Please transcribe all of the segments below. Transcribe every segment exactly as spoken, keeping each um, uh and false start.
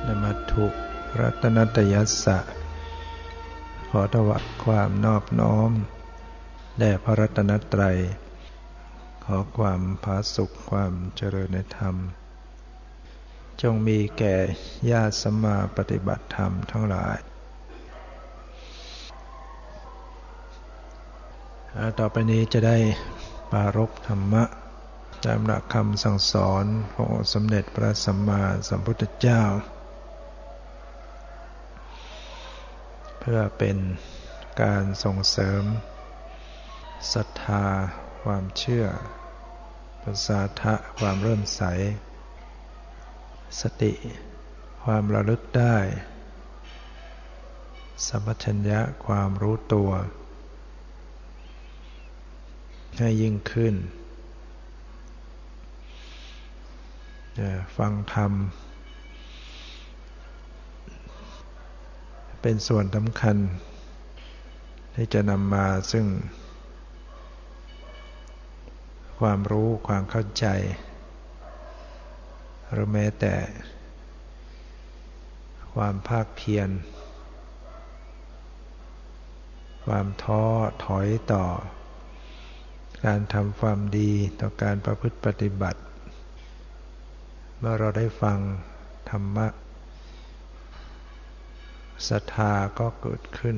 มัตถุรัตนัตยัสสะขอถวายความนอบน้อมแด่พระรัตนตรัยขอความผาสุกความเจริญในธรรมจงมีแก่ญาติสัมมาปฏิบัติธรรมทั้งหลายต่อไปนี้จะได้ปรารภธรรมะตามหลักคำสั่งสอนขององค์สมเด็จพระสัมมาสัมพุทธเจ้าเพื่อเป็นการส่งเสริมศรัทธาความเชื่อประสาทะความเริ่มใสสติความระลึกได้สัมปชัญญะความรู้ตัวให้ยิ่งขึ้นฟังธรรมเป็นส่วนสำคัญที่จะนำมาซึ่งความรู้ความเข้าใจหรือแม้แต่ความภาคเพียรความท้อถอยต่อการทำความดีต่อการประพฤติปฏิบัติเมื่อเราได้ฟังธรรมะศรัทธาก็เกิดขึ้น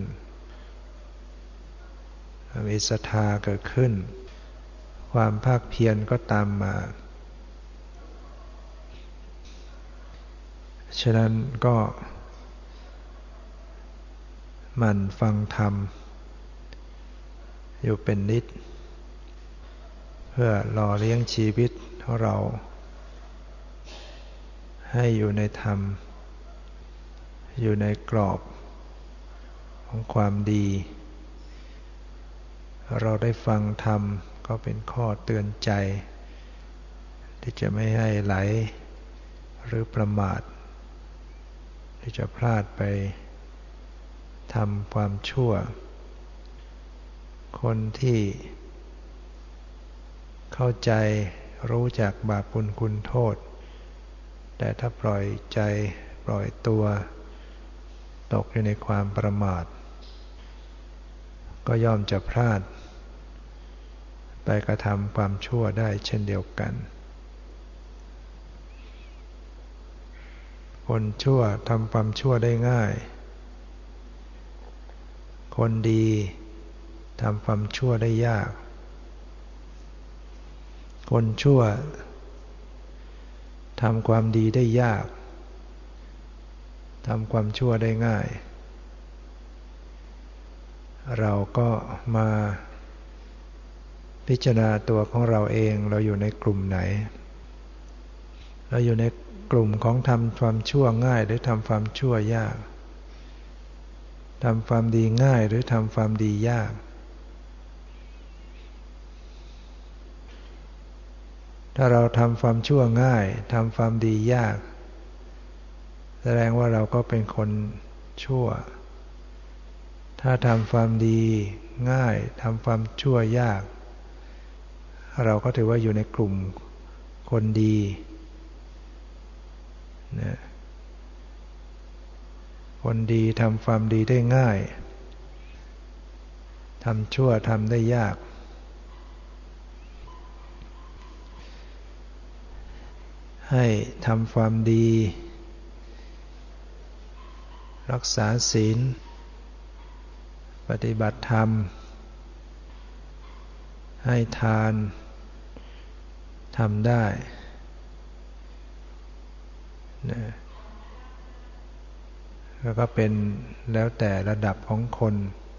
มีศรัทธาเกิดขึ้นความภาคเพียรก็ตามมาฉะนั้นก็หมั่นฟังธรรมอยู่เป็นนิดเพื่อหล่อเลี้ยงชีวิตของเราให้อยู่ในธรรมอยู่ในกรอบของความดีเราได้ฟังธรรมก็เป็นข้อเตือนใจที่จะไม่ให้ไหลหรือประมาทที่จะพลาดไปทำความชั่วคนที่เข้าใจรู้จักบาปบุญคุณโทษแต่ถ้าปล่อยใจปล่อยตัวตกอยู่ในความประมาทก็ย่อมจะพลาดไปกระทำความชั่วได้เช่นเดียวกันคนชั่วทำความชั่วได้ง่ายคนดีทำความชั่วได้ยากคนชั่วทำความดีได้ยากทำความชั่วได้ง่ายเราก็มาพิจารณาตัวของเราเองเราอยู่ในกลุ่มไหนเราอยู่ในกลุ่มของทำความชั่วง่ายหรือทำความชั่วยากทำความดีง่ายหรือทำความดียากถ้าเราทำความชั่วง่ายทำความดียากแสดงว่าเราก็เป็นคนชั่วถ้าทำความดีง่ายทำความชั่วยากเราก็ถือว่าอยู่ในกลุ่มคนดีนะคนดีทำความดีได้ง่ายทำชั่วทำได้ยากให้ทำความดีรักษาศีลปฏิบัติธรรมให้ทานทำได้นะแล้วก็เป็นแล้วแต่ระดับของคน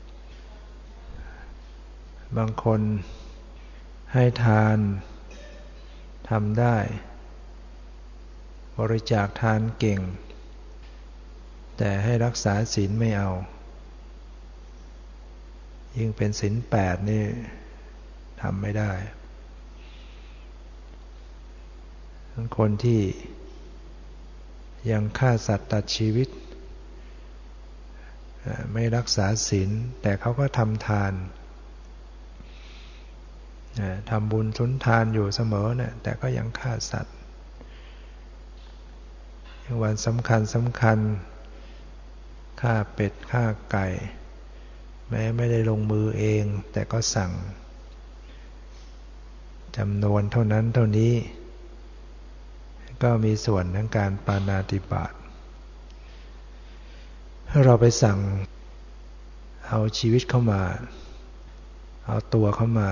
บางคนให้ทานทำได้บริจาคทานเก่งแต่ให้รักษาศีลไม่เอายิ่งเป็นศีลแปดนี่ทำไม่ได้คนที่ยังฆ่าสัตว์ตัดชีวิตไม่รักษาศีลแต่เขาก็ทำทานทำบุญสุนทานอยู่เสมอเนี่ยแต่ก็ยังฆ่าสัตว์วันสำคัญสำคัญฆ่าเป็ดฆ่าไก่แม้ไม่ได้ลงมือเองแต่ก็สั่งจำนวนเท่านั้นเท่านี้ก็มีส่วนในการปาณาติบาตถ้าเราไปสั่งเอาชีวิตเข้ามาเอาตัวเข้ามา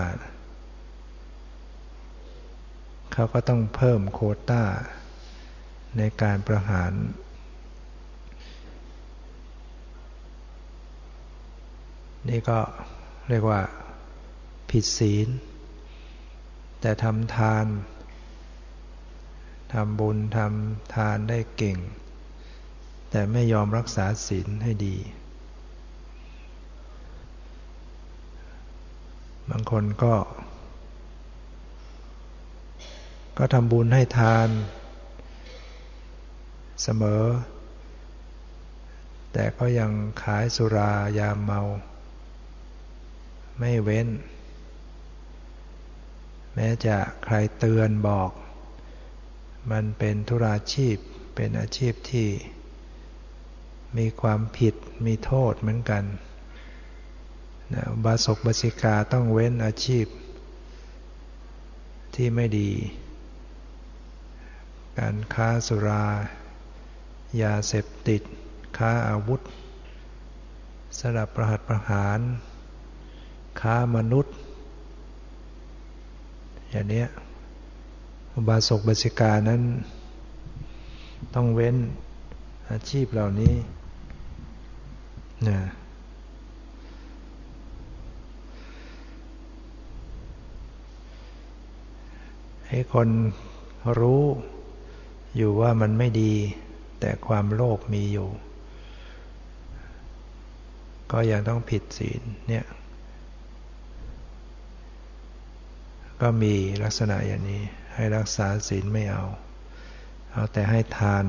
เขาก็ต้องเพิ่มโควต้าในการประหารนี่ก็เรียกว่าผิดศีลแต่ทำทานทำบุญทำทานได้เก่งแต่ไม่ยอมรักษาศีลให้ดีบางคนก็ก็ทำบุญให้ทานเสมอแต่ก็ยังขายสุรายาเมาไม่เว้นแม้จะใครเตือนบอกมันเป็นธุราชีพเป็นอาชีพที่มีความผิดมีโทษเหมือนกันนะอุบาสกอุบาสิกาต้องเว้นอาชีพที่ไม่ดีการค้าสุรายาเสพติดค้าอาวุธสลับประหัตประหารค้ามนุษย์อย่างนี้อุบาสกอุบาสิกานั้นต้องเว้นอาชีพเหล่านี้นะให้คนรู้อยู่ว่ามันไม่ดีแต่ความโลภมีอยู่ก็ยังต้องผิดศีลเนี่ยก็มีลักษณะอย่างนี้ให้รักษาศีลไม่เอาเอาแต่ให้ทาน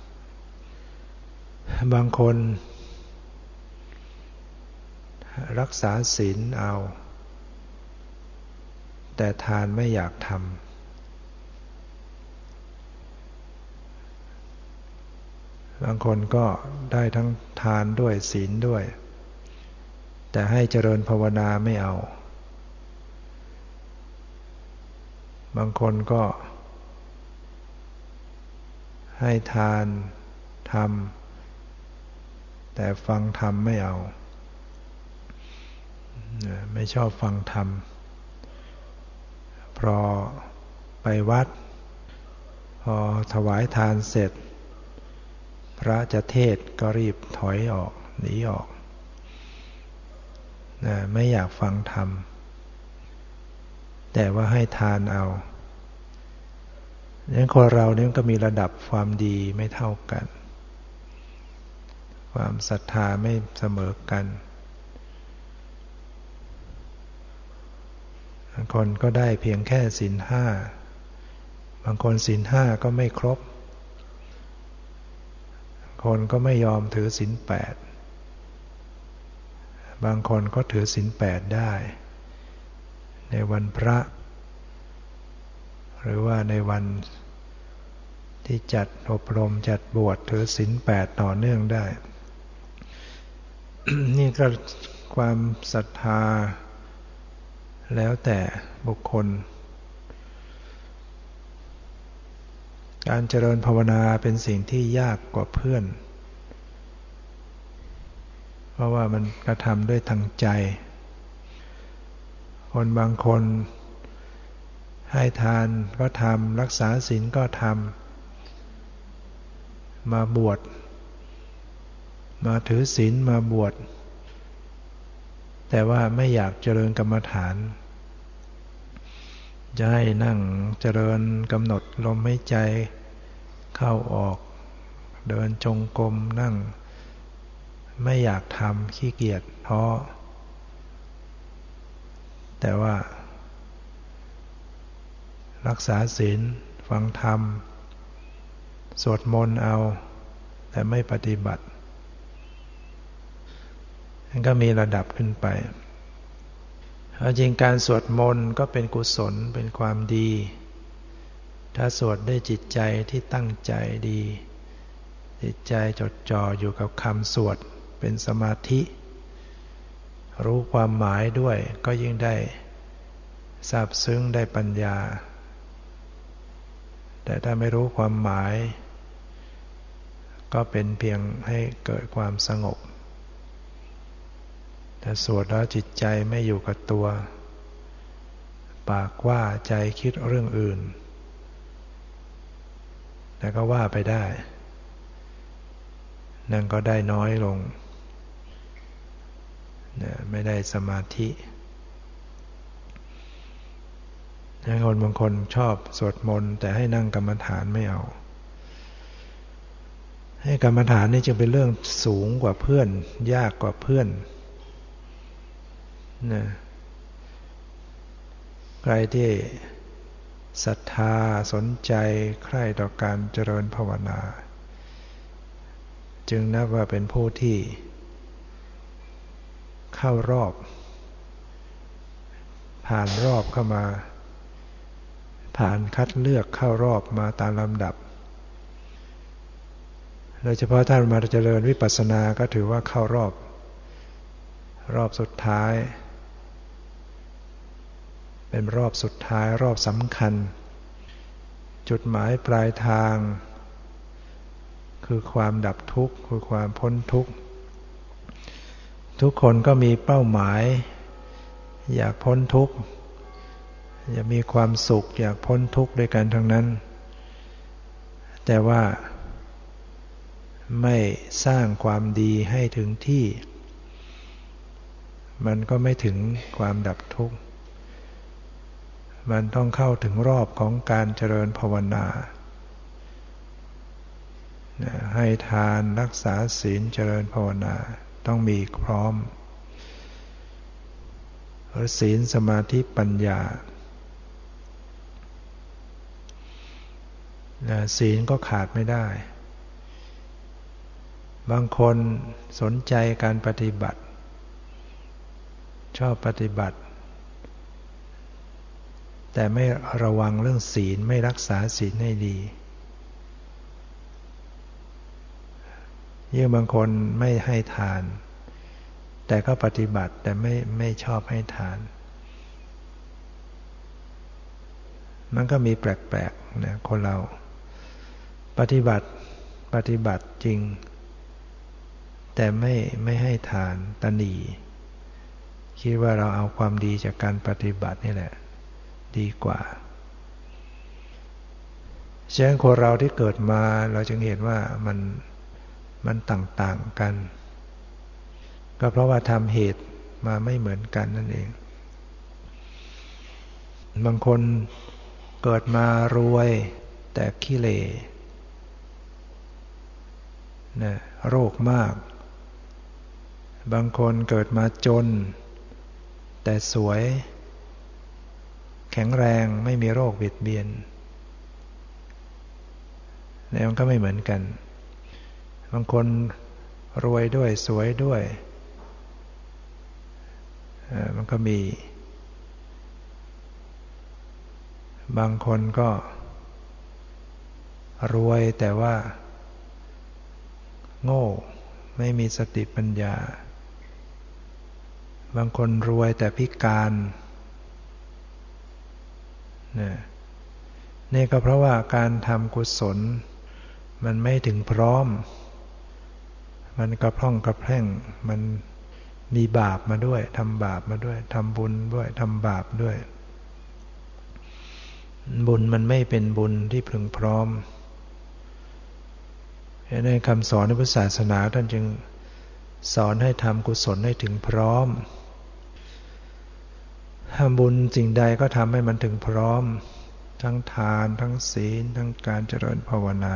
บางคนรักษาศีลเอาแต่ทานไม่อยากทำบางคนก็ได้ทั้งทานด้วยศีลด้วยแต่ให้เจริญภาวนาไม่เอาบางคนก็ให้ทานทำแต่ฟังธรรมไม่เอาไม่ชอบฟังธรรมพอไปวัดพอถวายทานเสร็จพระจะเทศก็รีบถอยออกหนีออกนะไม่อยากฟังธรรมแต่ว่าให้ทานเอาดังนั้นคนเราเนี่ยก็มีระดับความดีไม่เท่ากันความศรัทธาไม่เสมอกันบางคนก็ได้เพียงแค่ศีลห้าบางคนศีลห้าก็ไม่ครบบางคนก็ไม่ยอมถือศีลแปดบางคนก็ถือศีลแปดได้ในวันพระหรือว่าในวันที่จัดอบรมจัดบวชถือศีลแปดต่อเนื่องได้ นี่ก็ความศรัทธาแล้วแต่บุคคลการเจริญภาวนาเป็นสิ่งที่ยากกว่าเพื่อนเพราะว่ามันกระทำด้วยทางใจคนบางคนให้ทานก็ทำรักษาศีลก็ทำมาบวชมาถือศีลมาบวชแต่ว่าไม่อยากเจริญกรรมฐานจะให้นั่งเจริญกำหนดลมหายใจเข้าออกเดินจงกรมนั่งไม่อยากทำขี้เกียจท้อแต่ว่ารักษาศีลฟังธรรมสวดมนต์เอาแต่ไม่ปฏิบัติมันก็มีระดับขึ้นไปจริงการสวดมนต์ก็เป็นกุศลเป็นความดีถ้าสวดด้วยจิตใจที่ตั้งใจดีจิตใจจดจ่ออยู่กับคำสวดเป็นสมาธิรู้ความหมายด้วยก็ยิ่งได้ซาบซึ้งได้ปัญญาแต่ถ้าไม่รู้ความหมายก็เป็นเพียงให้เกิดความสงบแต่สวดแล้วจิตใจไม่อยู่กับตัวปากว่าใจคิดเรื่องอื่นแต่ก็ว่าไปได้นั่นก็ได้น้อยลงไม่ได้สมาธิคนบางคนชอบสวดมนต์แต่ให้นั่งกรรมฐานไม่เอาให้กรรมฐานนี่จึงเป็นเรื่องสูงกว่าเพื่อนยากกว่าเพื่อนนะใครที่ศรัทธาสนใจใคร่ต่อการเจริญภาวนาจึงนับว่าเป็นผู้ที่เข้ารอบผ่านรอบเข้ามาผ่านคัดเลือกเข้ารอบมาตามลำดับโดยเฉพาะท่านมาเจริญวิปัสสนาก็ถือว่าเข้ารอบรอบสุดท้ายเป็นรอบสุดท้ายรอบสำคัญจุดหมายปลายทางคือความดับทุกข์คือความพ้นทุกข์ทุกคนก็มีเป้าหมายอยากพ้นทุกข์อยากมีความสุขอยากพ้นทุกข์ด้วยกันทั้งนั้นแต่ว่าไม่สร้างความดีให้ถึงที่มันก็ไม่ถึงความดับทุกข์มันต้องเข้าถึงรอบของการเจริญภาวนาให้ทานรักษาศีลเจริญภาวนาต้องมีพร้อมศีลสมาธิปัญญาศีลก็ขาดไม่ได้บางคนสนใจการปฏิบัติชอบปฏิบัติแต่ไม่ระวังเรื่องศีลไม่รักษาศีลให้ดียิ่งบางคนไม่ให้ทานแต่ก็ปฏิบัติแต่ไม่ไม่ชอบให้ทานมันก็มีแปลกๆนะคนเราปฏิบัติปฏิบัติจริงแต่ไม่ไม่ให้ทานตนีคิดว่าเราเอาความดีจากการปฏิบัตินี่แหละดีกว่าฉะนั้นคนเราที่เกิดมาเราจึงเห็นว่ามันมันต่างๆกันก็เพราะว่าทำเหตุมาไม่เหมือนกันนั่นเองบางคนเกิดมารวยแต่ขี้เหร่นะโรคมากบางคนเกิดมาจนแต่สวยแข็งแรงไม่มีโรคเบียดเบียนแล้วมันก็ไม่เหมือนกันบางคนรวยด้วยสวยด้วยมันก็มีบางคนก็รวยแต่ว่าโง่ไม่มีสติปัญญาบางคนรวยแต่พิการนี่ก็เพราะว่าการทำกุศลมันไม่ถึงพร้อมมันกระพร่องกระแพร่งมันมีบาปมาด้วยทำบาปมาด้วยทำบุญด้วยทำบาปด้วยบุญมันไม่เป็นบุญที่พึงพร้อมในคำสอนในพุทธศาสนาท่านจึงสอนให้ทำกุศลให้ถึงพร้อมทำบุญสิ่งใดก็ทำให้มันถึงพร้อมทั้งทานทั้งศีลทั้งการเจริญภาวนา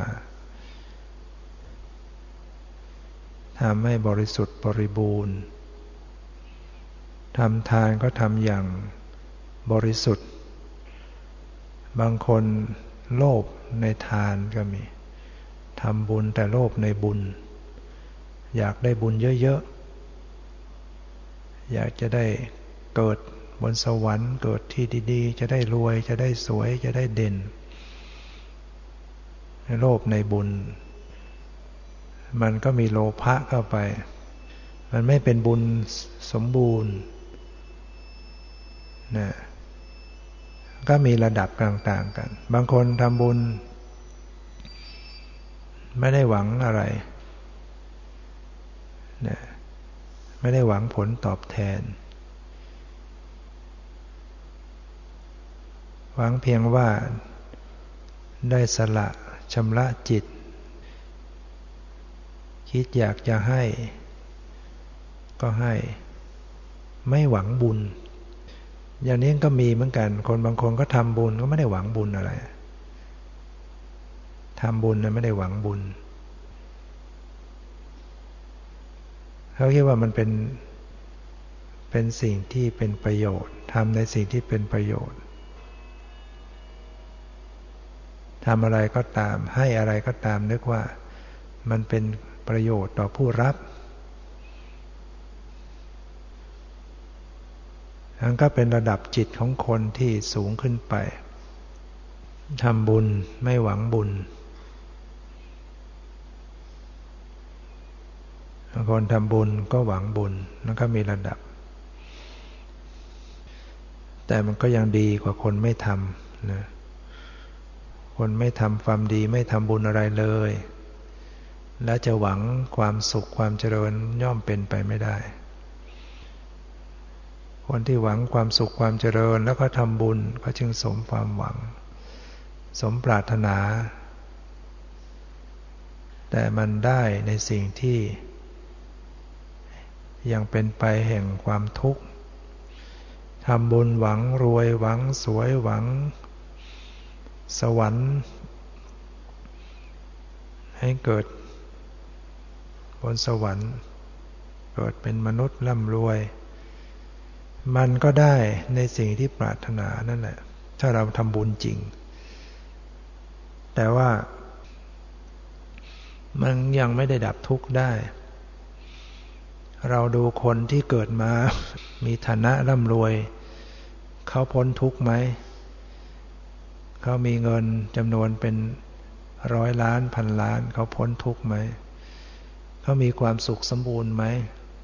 ทำให้บริสุทธิ์บริบูรณ์ทำทานก็ทำอย่างบริสุทธิ์บางคนโลภในทานก็มีทำบุญแต่โลภในบุญอยากได้บุญเยอะๆอยากจะได้เกิดบนสวรรค์เกิดที่ดีๆจะได้รวยจะได้สวยจะได้เด่นโลภในบุญมันก็มีโลภะเข้าไปมันไม่เป็นบุญสมบูรณ์นะก็มีระดับต่างๆกันบางคนทำบุญไม่ได้หวังอะไรนะไม่ได้หวังผลตอบแทนหวังเพียงว่าได้สละชำระจิตคิดอยากจะให้ก็ให้ไม่หวังบุญอย่างนี้ก็มีเหมือนกันคนบางคนก็ทำบุญก็ไม่ได้หวังบุญอะไรทำบุญนะไม่ได้หวังบุญเขาคิดว่ามันเป็นเป็นสิ่งที่เป็นประโยชน์ทำในสิ่งที่เป็นประโยชน์ทำอะไรก็ตามให้อะไรก็ตามนึกว่ามันเป็นประโยชน์ต่อผู้รับนั่นก็เป็นระดับจิตของคนที่สูงขึ้นไปทำบุญไม่หวังบุญบางคนทำบุญก็หวังบุญแล้วก็มีระดับแต่มันก็ยังดีกว่าคนไม่ทำนะคนไม่ทำความดีไม่ทำบุญอะไรเลยและจะหวังความสุขความเจริญย่อมเป็นไปไม่ได้คนที่หวังความสุขความเจริญแล้วก็ทำบุญก็จึงสมความหวังสมปรารถนาแต่มันได้ในสิ่งที่ยังเป็นไปแห่งความทุกข์ทำบุญหวังรวยหวังสวยหวังสวรรค์ให้เกิดบนสวรรค์เกิดเป็นมนุษย์ร่ำรวยมันก็ได้ในสิ่งที่ปรารถนานั่นแหละถ้าเราทำบุญจริงแต่ว่ามันยังไม่ได้ดับทุกข์ได้เราดูคนที่เกิดมามีฐานะร่ำรวยเขาพ้นทุกข์ไหมเขามีเงินจำนวนเป็นร้อยล้านพันล้านเขาพ้นทุกข์ไหมเขามีความสุขสมบูรณ์ไหม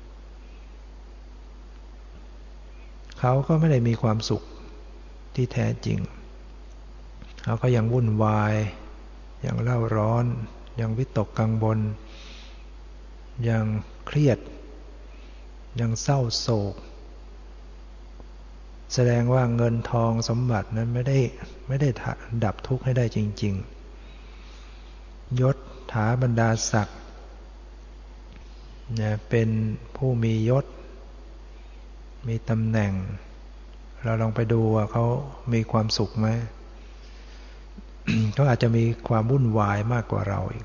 เขาก็ไม่ได้มีความสุขที่แท้จริงเขาก็ยังวุ่นวายยังเล่าร้อนยังวิตกกังวลยังเครียดยังเศร้าโศกแสดงว่าเงินทองสมบัตินั้นไม่ได้ไม่ได้ดับทุกข์ให้ได้จริงๆยศถาบรรดาศักดิ์เนี่ยเป็นผู้มียศมีตำแหน่งเราลองไปดูว่าเขามีความสุขไหม เขาอาจจะมีความวุ่นวายมากกว่าเราอีก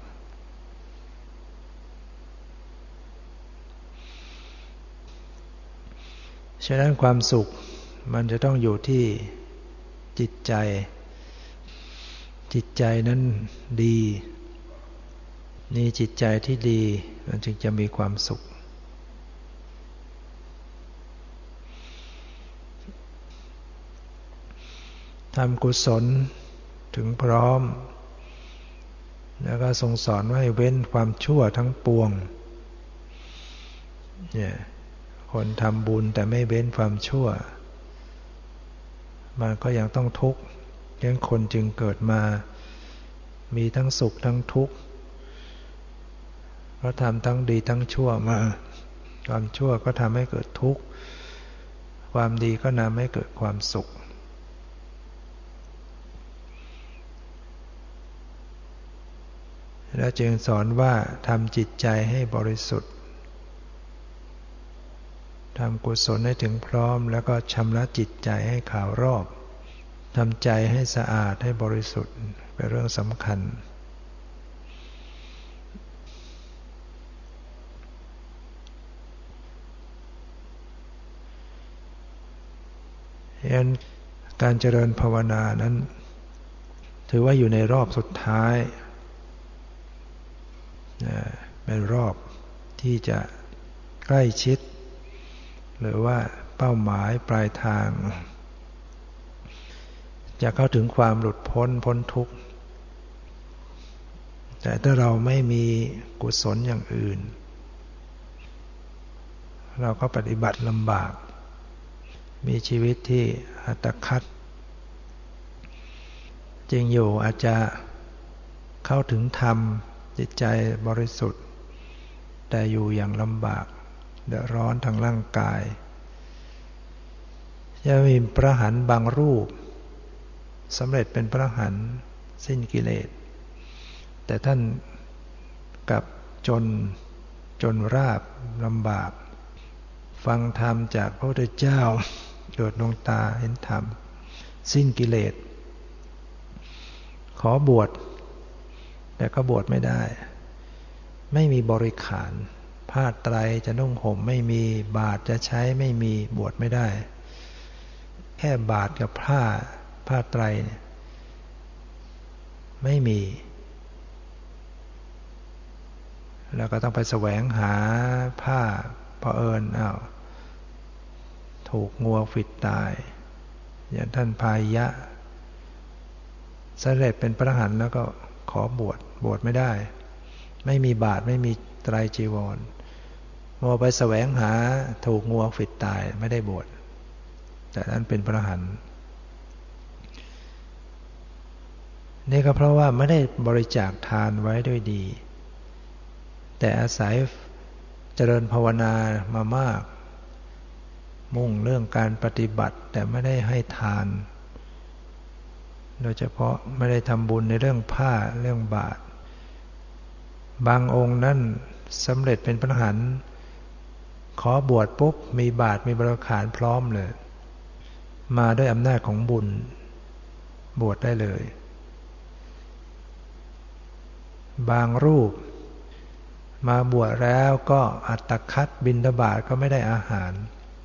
ฉะนั้นความสุขมันจะต้องอยู่ที่จิตใจจิตใจนั้นดีนี่จิตใจที่ดีมันจึงจะมีความสุขทำกุศลถึงพร้อมแล้วก็ทรงสอนว่าให้เว้นความชั่วทั้งปวงเนี่ยคนทำบุญแต่ไม่เว้นความชั่วมันก็ยังต้องทุกข์ยังคนจึงเกิดมามีทั้งสุขทั้งทุกข์เพราะทำทั้งดีทั้งชั่วมาความชั่วก็ทำให้เกิดทุกข์ความดีก็นำให้เกิดความสุขและจึงสอนว่าทำจิตใจให้บริสุทธิ์ทำกุศลให้ถึงพร้อมแล้วก็ชำระจิตใจให้ขาวรอบทำใจให้สะอาดให้บริสุทธิ์เป็นเรื่องสำคัญดังนั้นการเจริญภาวนานั้นถือว่าอยู่ในรอบสุดท้ายเป็นรอบที่จะใกล้ชิดหรือว่าเป้าหมายปลายทางจะเข้าถึงความหลุดพ้นพ้นทุกข์แต่ถ้าเราไม่มีกุศลอย่างอื่นเราก็ปฏิบัติลำบากมีชีวิตที่อัตคัดจริงอยู่อาจจะเข้าถึงธรรมจิตใจบริสุทธิ์แต่อยู่อย่างลำบากเดือดร้อนทางร่างกายจะมีพระอรหันต์บางรูปสำเร็จเป็นพระอรหันต์สิ้นกิเลสแต่ท่านกลับจนจนราบลำบากฟังธรรมจากพระพุทธเจ้าเกิดดวงตาเห็นธรรมสิ้นกิเลสขอบวชแต่ก็บวชไม่ได้ไม่มีบริขารผ้าไตรจะนุ่งห่มไม่มีบาตรจะใช้ไม่มีบวชไม่ได้แค่บาตรกับผ้าผ้าไตรไม่มีแล้วก็ต้องไปแสวงหาผ้าเผอิญอ้าวถูกงัวฝิดตายอย่างท่านพายะสำเร็จเป็นพระอรหันต์แล้วก็ขอบวชบวชไม่ได้ไม่มีบาตรไม่มีไตรจีวรมัวไปแสวงหาถูกงัวฝิดตายไม่ได้บวชแต่นั้นเป็นพระอรหันต์นี่ก็เพราะว่าไม่ได้บริจาคทานไว้ด้วยดีแต่อาศัยเจริญภาวนามามากมุ่งเรื่องการปฏิบัติแต่ไม่ได้ให้ทานโดยเฉพาะไม่ได้ทำบุญในเรื่องผ้าเรื่องบาตรบางองค์นั้นสำเร็จเป็นพระอรหันต์ขอบวชปุ๊บมีบาตรมีบริขารพร้อมเลยมาด้วยอำนาจของบุญบวชได้เลยบางรูปมาบวชแล้วก็อัตคัดบิณฑบาตก็ไม่ได้อาหาร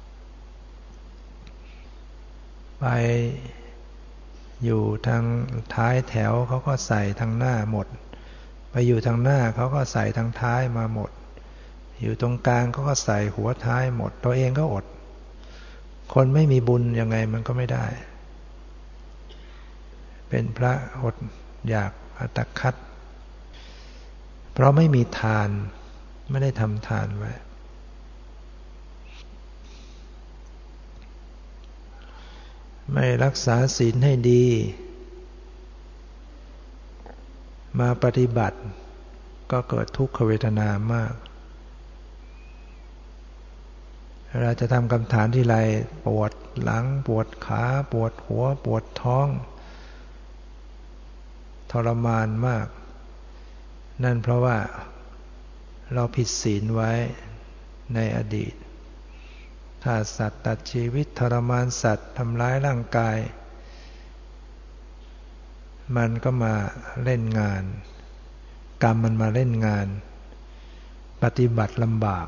ไปอยู่ทางท้ายแถวเขาก็ใส่ทางหน้าหมดไปอยู่ทางหน้าเขาก็ใส่ทางท้ายมาหมดอยู่ตรงกลางเขาก็ใส่หัวท้ายหมดตัวเองก็อดคนไม่มีบุญยังไงมันก็ไม่ได้เป็นพระอดอยากอัตคัดเพราะไม่มีทานไม่ได้ทำทานไว้ไม่รักษาศีลให้ดีมาปฏิบัติก็เกิดทุกขเวทนามากเราจะทำกรรมฐานทีไรปวดหลังปวดขาปวดหัวปวดท้องทรมานมากนั่นเพราะว่าเราผิดศีลไว้ในอดีตถ้าสัตว์ตัดชีวิตทรมานสัตว์ทำร้ายร่างกายมันก็มาเล่นงานกรรมมันมาเล่นงานปฏิบัติลำบาก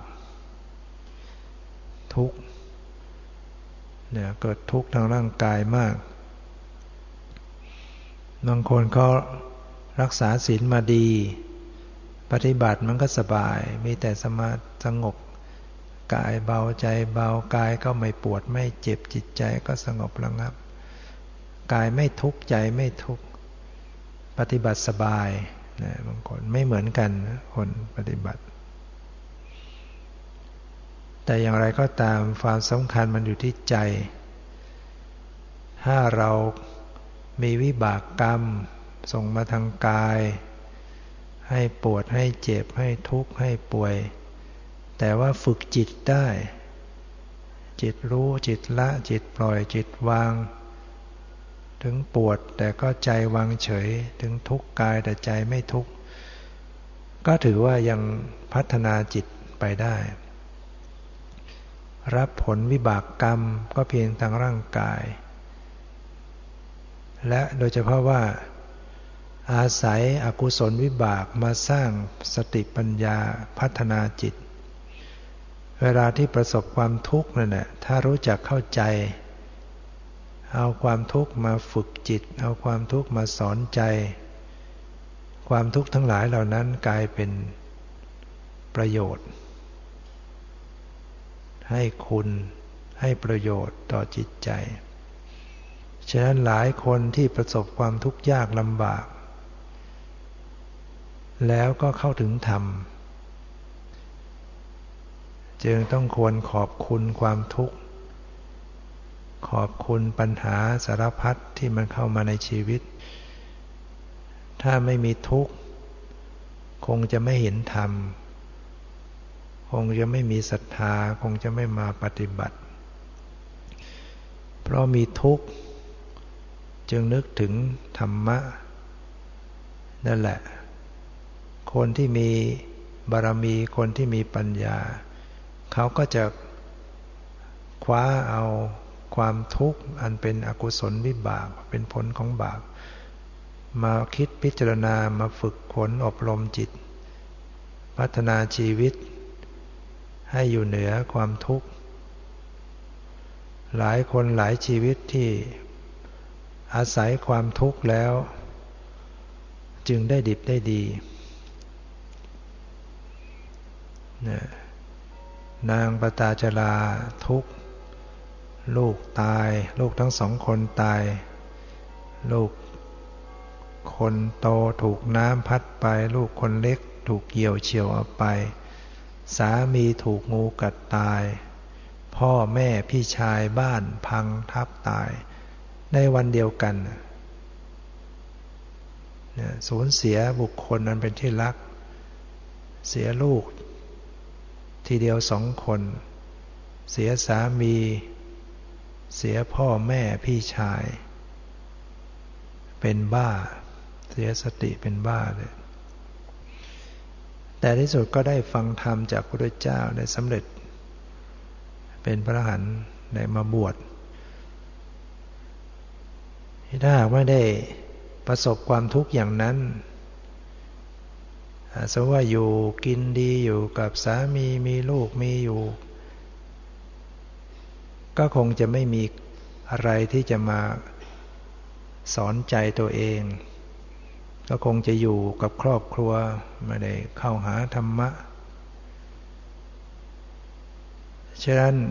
ทุกข์เนี่ยเกิดทุกข์ทางร่างกายมากบางคนเขารักษาศีลมาดีปฏิบัติมันก็สบายมีแต่สมาธิสงบกายเบาใจเบากายก็ไม่ปวดไม่เจ็บจิตใจก็สงบระงับกายไม่ทุกข์ใจไม่ทุกข์ปฏิบัติสบายนะบางคนไม่เหมือนกันคนปฏิบัติแต่อย่างไรก็ตามความสำคัญมันอยู่ที่ใจถ้าเรามีวิบากกรรมส่งมาทางกายให้ปวดให้เจ็บให้ทุกข์ให้ป่วยแต่ว่าฝึกจิตได้จิตรู้จิตละจิตปล่อยจิตวางถึงปวดแต่ก็ใจวางเฉยถึงทุกข์กายแต่ใจไม่ทุกข์ก็ถือว่ายังพัฒนาจิตไปได้รับผลวิบากกรรมก็เพียงทางร่างกายและโดยเฉพาะว่าอาศัยอกุศลวิบากมาสร้างสติปัญญาพัฒนาจิตเวลาที่ประสบความทุกข์นั่นแหละถ้ารู้จักเข้าใจเอาความทุกข์มาฝึกจิตเอาความทุกข์มาสอนใจความทุกข์ทั้งหลายเหล่านั้นกลายเป็นประโยชน์ให้คุณให้ประโยชน์ต่อจิตใจฉะนั้นหลายคนที่ประสบความทุกข์ยากลำบากแล้วก็เข้าถึงธรรมจึงต้องควรขอบคุณความทุกข์ขอบคุณปัญหาสารพัดที่มันเข้ามาในชีวิตถ้าไม่มีทุกข์คงจะไม่เห็นธรรมคงจะไม่มีศรัทธาคงจะไม่มาปฏิบัติเพราะมีทุกข์จึงนึกถึงธรรมะนั่นแหละคนที่มีบารมีคนที่มีปัญญาเขาก็จะคว้าเอาความทุกข์อันเป็นอกุศลวิบากเป็นผลของบาปมาคิดพิจารณามาฝึกฝนอบรมจิตพัฒนาชีวิตให้อยู่เหนือความทุกข์หลายคนหลายชีวิตที่อาศัยความทุกข์แล้วจึงได้ดิบได้ดีนางปตาจาราทุกข์ลูกตายลูกทั้งสองคนตายลูกคนโตถูกน้ำพัดไปลูกคนเล็กถูกเหยี่ยวเฉี่ยวเอาไปสามีถูกงูกัดตายพ่อแม่พี่ชายบ้านพังทับตายในวันเดียวกันสูญเสียบุคคลนั้นเป็นที่รักเสียลูกทีเดียวสองคนเสียสามีเสียพ่อแม่พี่ชายเป็นบ้าเสียสติเป็นบ้าเลยแต่ที่สุดก็ได้ฟังธรรมจากพระพุทธเจ้าได้สำเร็จเป็นพระอรหันต์ได้มาบวชถ้าหากไม่ได้ประสบความทุกข์อย่างนั้นสมมติว่าอยู่กินดีอยู่กับสามีมีลูกมีอยู่ก็คงจะไม่มีอะไรที่จะมาสอนใจตัวเองก็คงจะอยู่กับครอบครัวไม่ได้เข้าหาธรรมะฉะนั้น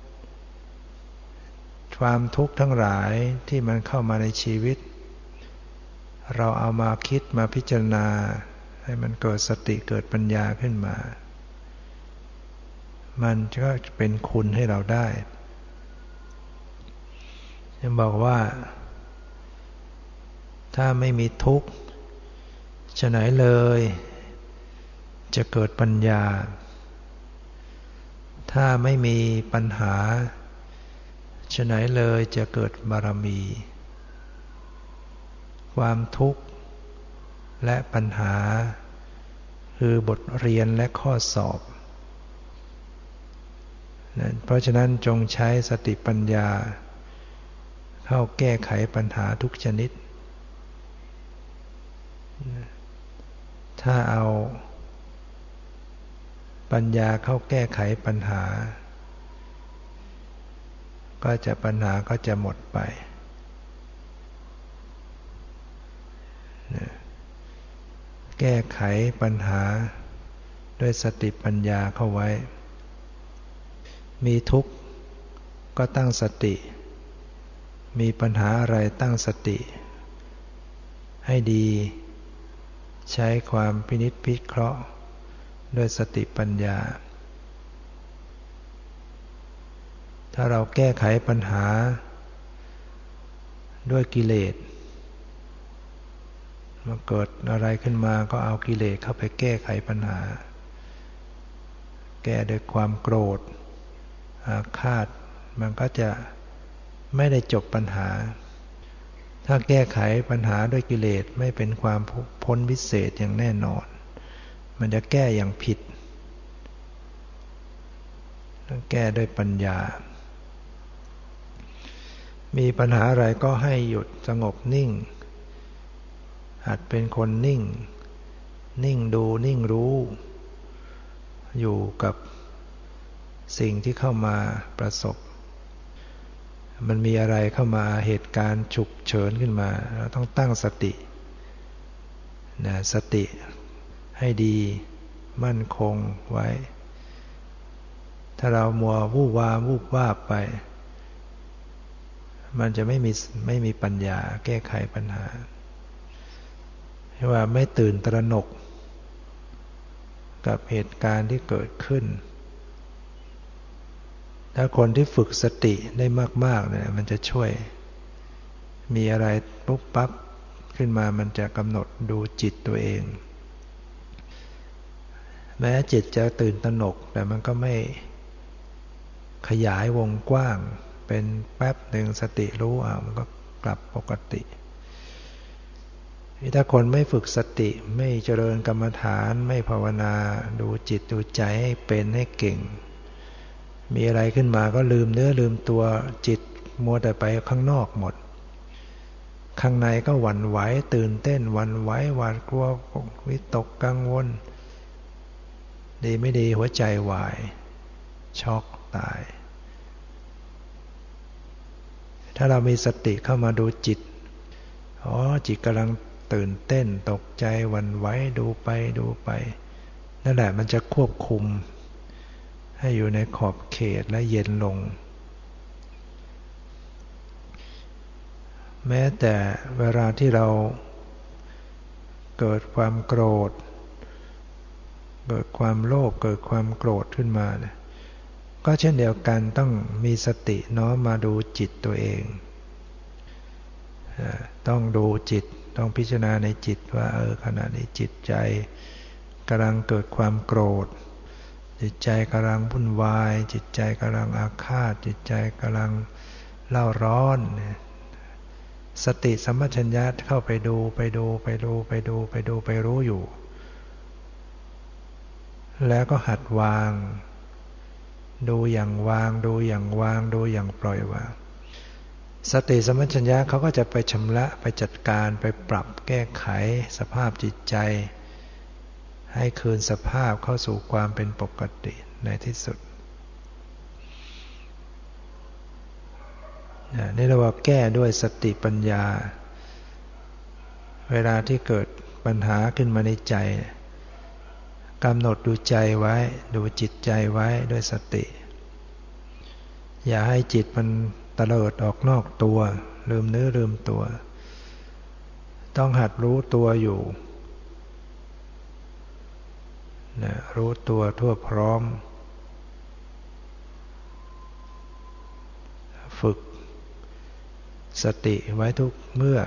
ความทุกข์ทั้งหลายที่มันเข้ามาในชีวิตเราเอามาคิดมาพิจารณาให้มันเกิดสติเกิดปัญญาขึ้นมามันก็เป็นคุณให้เราได้จะบอกว่าถ้าไม่มีทุกข์ฉะไหนเลยจะเกิดปัญญาถ้าไม่มีปัญหาฉะไหนเลยจะเกิดบารมีความทุกข์และปัญหาคือบทเรียนและข้อสอบเพราะฉะนั้นจงใช้สติปัญญาเข้าแก้ไขปัญหาทุกชนิดถ้าเอาปัญญาเข้าแก้ไขปัญหาก็จะปัญหาก็จะหมดไปแก้ไขปัญหาด้วยสติปัญญาเข้าไว้มีทุกข์ก็ตั้งสติมีปัญหาอะไรตั้งสติให้ดีใช้ความพินิจพิเคราะห์ด้วยสติปัญญาถ้าเราแก้ไขปัญหาด้วยกิเลสมาเกิดอะไรขึ้นมาก็เอากิเลสเข้าไปแก้ไขปัญหาแก้ด้วยความโกรธอาฆาตมันก็จะไม่ได้จบปัญหาถ้าแก้ไขปัญหาด้วยกิเลสไม่เป็นความพ้นวิเศษอย่างแน่นอนมันจะแก้อย่างผิดต้องแก้ด้วยปัญญามีปัญหาอะไรก็ให้หยุดสงบนิ่งหัดเป็นคนนิ่งนิ่งดูนิ่งรู้อยู่กับสิ่งที่เข้ามาประสบมันมีอะไรเข้ามาเหตุการณ์ฉุกเฉินขึ้นมาเราต้องตั้งสตินะสติให้ดีมั่นคงไว้ถ้าเรามัววูบวามวูบวาบไปมันจะไม่มีไม่มีปัญญาแก้ไขปัญหาว่าไม่ตื่นตระหนกกับเหตุการณ์ที่เกิดขึ้นถ้าคนที่ฝึกสติได้มากๆเนี่ยมันจะช่วยมีอะไรปุ๊บปั๊บขึ้นมามันจะกำหนดดูจิตตัวเองแม้จิตจะตื่นตระหนกแต่มันก็ไม่ขยายวงกว้างเป็นแป๊บหนึ่งสติรู้อ่ะมันก็กลับปกติถ้าคนไม่ฝึกสติไม่เจริญกรรมฐานไม่ภาวนาดูจิตดูใจให้เป็นให้เก่งมีอะไรขึ้นมาก็ลืมเนื้อลืมตัวจิตมัวแต่ไปข้างนอกหมดข้างในก็หวั่นไหวตื่นเต้นหวั่นไหวหวาดกลัววิตกกังวลดีไม่ดีหัวใจวายช็อกตายถ้าเรามีสติเข้ามาดูจิตอ๋อจิตกำลังตื่นเต้นตกใจหวั่นไหวดูไปดูไปนั่นแหละมันจะควบคุมให้อยู่ในขอบเขตและเย็นลงแม้แต่เวลาที่เราเกิดความโกรธเกิดความโลภเกิดความโกรธขึ้นมาเนี่ยก็เช่นเดียวกันต้องมีสติน้อมมาดูจิตตัวเองต้องดูจิตต้องพิจารณาในจิตว่าเออขณะนี้จิตใจกำลังเกิดความโกรธจิตใจกำลังวุ่นวายจิตใจกำลังอาฆาตจิตใจกำลังเล่าร้อนสติสัมปชัญญะเข้าไปดูไปดูไปดูไปดูไปดูไปรู้อยู่แล้วก็หัดวางดูอย่างวางดูอย่างวางดูอย่างปล่อยวางสติสัมปชัญญะเขาก็จะไปชำระไปจัดการไปปรับแก้ไขสภาพจิตใจให้คืนสภาพเข้าสู่ความเป็นปกติในที่สุดนี่เราว่าแก้ด้วยสติปัญญาเวลาที่เกิดปัญหาขึ้นมาในใจกำหนดดูใจไว้ดูจิตใจไว้ด้วยสติอย่าให้จิตมันเตลิดออกนอกตัวลืมเนื้อลืมตัวต้องหัดรู้ตัวอยู่นะรู้ตัวทั่วพร้อมฝึกสติไว้ทุกเมื่อ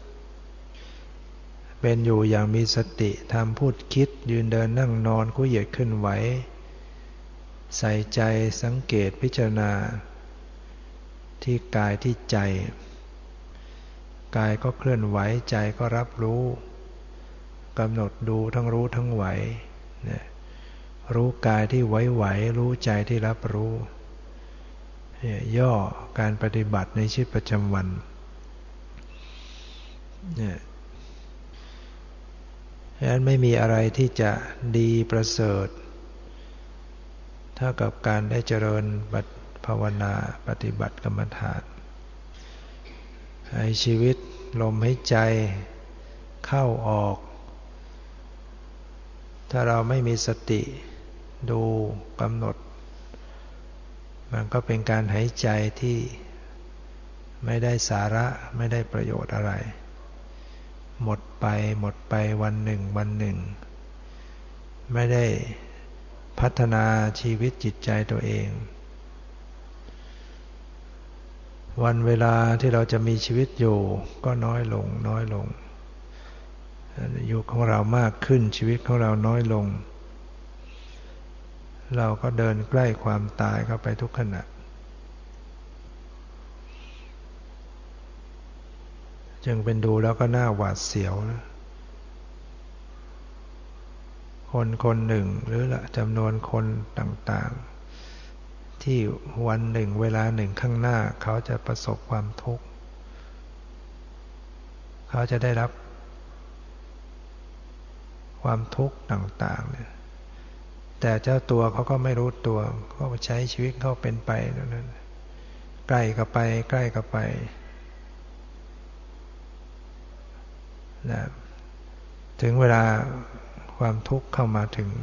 เป็นอยู่อย่างมีสติทำพูดคิดยืนเดินนั่งนอนคู่เหยียดขึ้นไหวใส่ใจสังเกตพิจารณาที่กายที่ใจกายก็เคลื่อนไหวใจก็รับรู้กำหนดดูทั้งรู้ทั้งไหวเนี่ยรู้กายที่ไหวๆรู้ใจที่รับรู้ย่อการปฏิบัติในชีวิตประจำวันเนี่ยฉะนั้นไม่มีอะไรที่จะดีประเสริฐเท่ากับการได้เจริญภาวนาปฏิบัติกรรมฐานให้ชีวิตลมหายใจเข้าออกถ้าเราไม่มีสติดูกำหนดมันก็เป็นการหายใจที่ไม่ได้สาระไม่ได้ประโยชน์อะไรหมดไปหมดไปวันหนึ่งวันหนึ่งไม่ได้พัฒนาชีวิตจิตใจตัวเองวันเวลาที่เราจะมีชีวิตอยู่ก็น้อยลงน้อยลงอายุของเรามากขึ้นชีวิตของเราน้อยลงเราก็เดินใกล้ความตายเข้าไปทุกขณะจึงเป็นดูแล้วก็น่าหวาดเสียวนะคนคนหนึ่งหรือละจำนวนคนต่างๆที่วันหนึ่งเวลาหนึ่งข้างหน้าเขาจะประสบความทุกข์เขาจะได้รับความทุกข์ต่างๆเนี่ยแต่เจ้าตัวเขาก็ไม่รู้ตัวเขาใช้ชีวิตเขาเป็นไปนั้นใกล้ก็ไปใกล้ก็ไปนะถึงเวลาความทุกข์เข้ามาถึง